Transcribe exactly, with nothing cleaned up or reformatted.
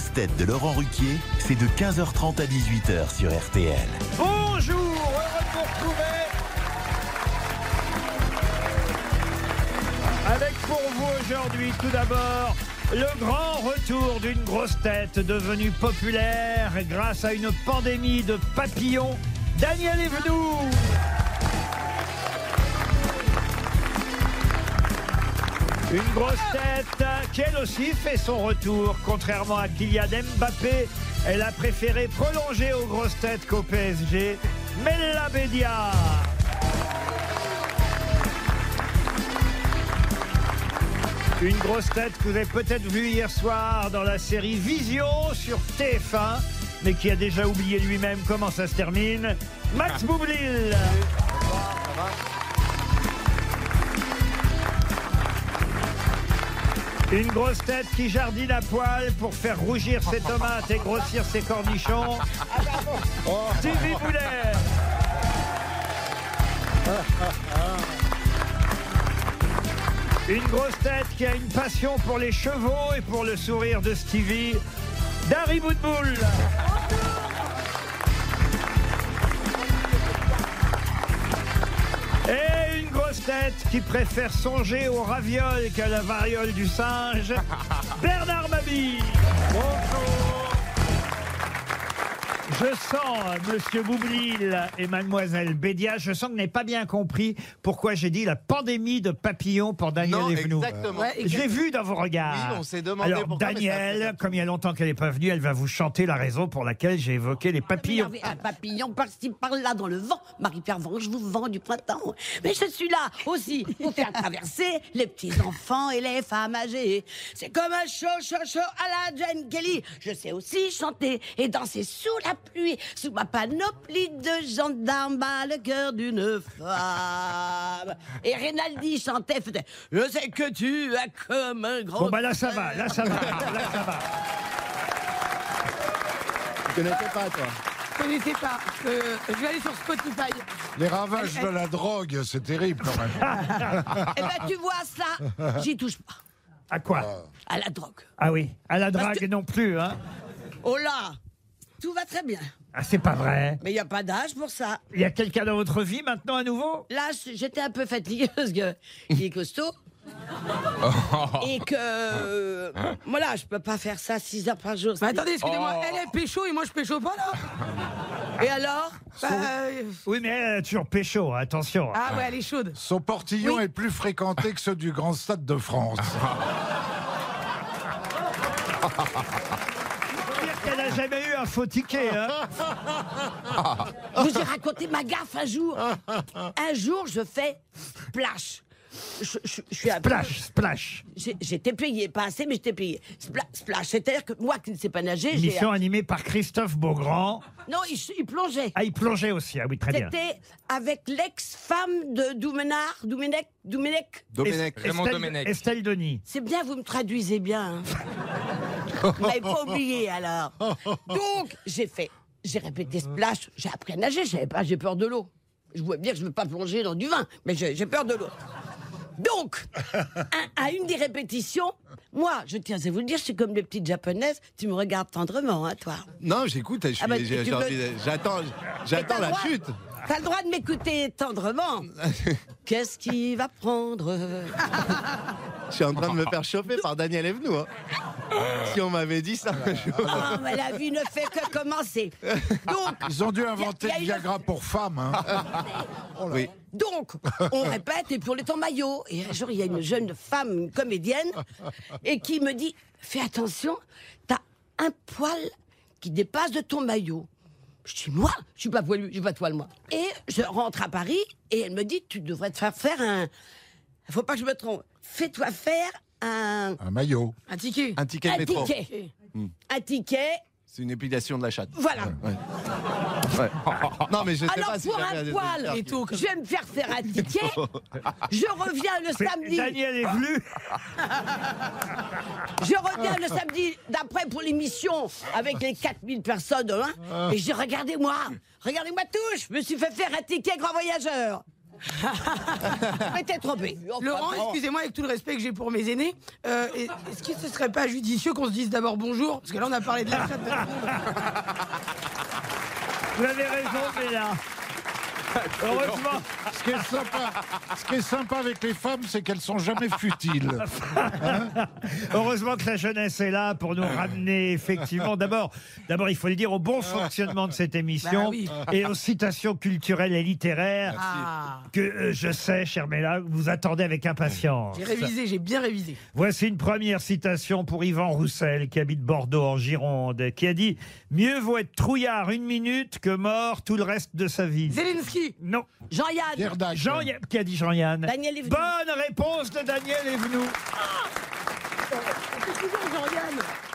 grosses têtes de Laurent Ruquier, c'est de quinze heures trente à dix-huit heures sur R T L. Bonjour, heureux de vous retrouver. Avec pour vous aujourd'hui, tout d'abord, le grand retour d'une grosse tête devenue populaire grâce à une pandémie de papillons, Daniel Evenou. Une grosse tête qui elle aussi fait son retour. Contrairement à Kylian Mbappé, elle a préféré prolonger aux grosses têtes qu'au P S G, Mella Bédia. Une grosse tête que vous avez peut-être vue hier soir dans la série Vision sur T F un, mais qui a déjà oublié lui-même comment ça se termine, Max Boublil. Une grosse tête qui jardine à poil pour faire rougir ses tomates et grossir ses cornichons, Stevie Boulet. Une grosse tête qui a une passion pour les chevaux et pour le sourire de Stevie, Dari Boudboul. Et une grosse tête qui préfère songer aux ravioles qu'à la variole du singe, Bernard Mabille. Bonjour. Je sens, monsieur Boublil et mademoiselle Bédia, je sens que vous n'avez pas bien compris pourquoi j'ai dit la pandémie de papillons pour Daniel Non, Evenou. exactement. Ouais, je l'ai vu dans vos regards. Oui, on s'est demandé Alors, pourquoi, mais Daniel, ça- comme il y a longtemps qu'elle n'est pas venue, elle va vous chanter la raison pour laquelle j'ai évoqué les papillons. Il y avait un papillon par-ci par-là dans le vent. Marie-Pierre Vent, je vous vends du printemps. Mais je suis là aussi pour faire traverser les petits enfants et les femmes âgées. C'est comme un chaud, chaud, chaud à la Jane Kelly. Je sais aussi chanter et danser sous la pluie, sous ma panoplie de gendarmes bat le cœur d'une femme. Et Rinaldi chantait, faisait je sais que tu as comme un grand. Bon, bah là, ça va, là, ça va, là, ça va. Tu connaissais pas, toi? Je connaissais pas. Euh, je vais aller sur Spotify. Les ravages de la drogue, c'est terrible quand même. Eh ben, tu vois ça, j'y touche pas. À quoi? À la drogue. Ah oui, à la Parce drague que- non plus, hein. Oh là, tout va très bien. Ah, c'est pas vrai. Mais il n'y a pas d'âge pour ça. Il y a quelqu'un dans votre vie maintenant à nouveau? Là, j'étais un peu fatiguée parce que il est costaud. Et que euh, voilà, je peux pas faire ça six heures par jour. Mais attendez, excusez-moi, elle est pécho et moi je pécho pas là. Et alors Bah, euh, Oui, mais elle a toujours pécho, hein, attention. Ah ouais, elle est chaude. Son portillon Oui. est plus fréquenté que ceux du Grand Stade de France. Dire qu'elle n'a jamais eu un faux ticket, hein. Je vous ai raconté ma gaffe un jour. Un jour, je fais splash. Je, je- je suis un peu- Splash, splash. j'ai- J'étais payé, pas assez, mais j'étais payé. Spla- Splash, c'est-à-dire que moi qui ne sais pas nager, j'ai. Émission animée par Christophe Beaugrand. Non, il, il plongeait. Ah, il plongeait aussi, ah oui, très bien. C'était avec l'ex-femme de Doumenard, Doumenec, Doumenec. Domenech. Est- Estelle, Estelle Denis. C'est bien, vous me traduisez bien. Hein. Vous m'avez pas oublié alors. Donc, j'ai fait, j'ai répété splash, j'ai appris à nager, je savais pas, j'ai peur de l'eau. Je vois bien que je ne veux pas plonger dans du vin, mais j'ai j'ai peur de l'eau. Donc, à, à une des répétitions, moi, je tiens à vous le dire, je suis comme les petites japonaises, tu me regardes tendrement, hein, toi. Non, j'écoute, je suis- Ah bah, j'ai- tu j'ai peux- envie de- j'attends, Et j'attends t'as la le droit- chute. T'as le droit de m'écouter tendrement. Qu'est-ce qui va prendre? Je suis en train de me faire chauffer par Daniel Evenou. Hein. Si on m'avait dit ça. je- Oh, mais la vie ne fait que commencer. Donc, Ils ont dû inventer Il y a- le il y a une- Viagra pour femmes. Hein. Oui. Donc, on répète, et puis on est en maillot. Et un jour, il y a une jeune femme, une comédienne, et qui me dit, fais attention, t'as un poil qui dépasse de ton maillot. Je dis, moi, je suis pas poilu, j'ai pas de poil, moi. Et je rentre à Paris, et elle me dit, tu devrais te faire faire un... Faut pas que je me trompe. Fais-toi faire un... Un maillot. Un ticket. Un ticket de Un métro. ticket. Un ticket, C'est une épilation de la chatte. voilà. Ouais. Non, mais je sais Alors, pas si pour jamais il y a un des poil, auditeurs et qui- tout. je vais me faire faire un ticket. Je reviens le Mais samedi. Daniel est venu. Je reviens le samedi d'après pour l'émission avec les quatre mille personnes. Hein, et j'ai regardez-moi, regardez-moi tous. Je me suis fait faire un ticket grand voyageur. Mais t'es trompé. Laurent, excusez-moi, avec tout le respect que j'ai pour mes aînés, euh, est-ce que ce serait pas judicieux qu'on se dise d'abord bonjour? Parce que là, on a parlé de la chatte de tout le monde. Vous avez raison, mais là. Heureusement. Ce qui est sympa, ce qui est sympa avec les femmes, c'est qu'elles sont jamais futiles. Hein? Heureusement que la jeunesse est là pour nous ramener effectivement. D'abord, d'abord, il faut le dire, au bon fonctionnement de cette émission Bah oui. et aux citations culturelles et littéraires Ah. que euh, je sais, cher Mella, vous attendez avec impatience. J'ai révisé, j'ai bien révisé. Voici une première citation pour Yvan Roussel, qui habite Bordeaux en Gironde, qui a dit « Mieux vaut être trouillard une minute que mort tout le reste de sa vie. » Zelensky. Non. Jean-Yann. Pierre Dac. Jean, qui a dit Jean-Yann? Daniel Evenou. Bonne réponse de Daniel Evenou. C'est toujours Jean-Yann.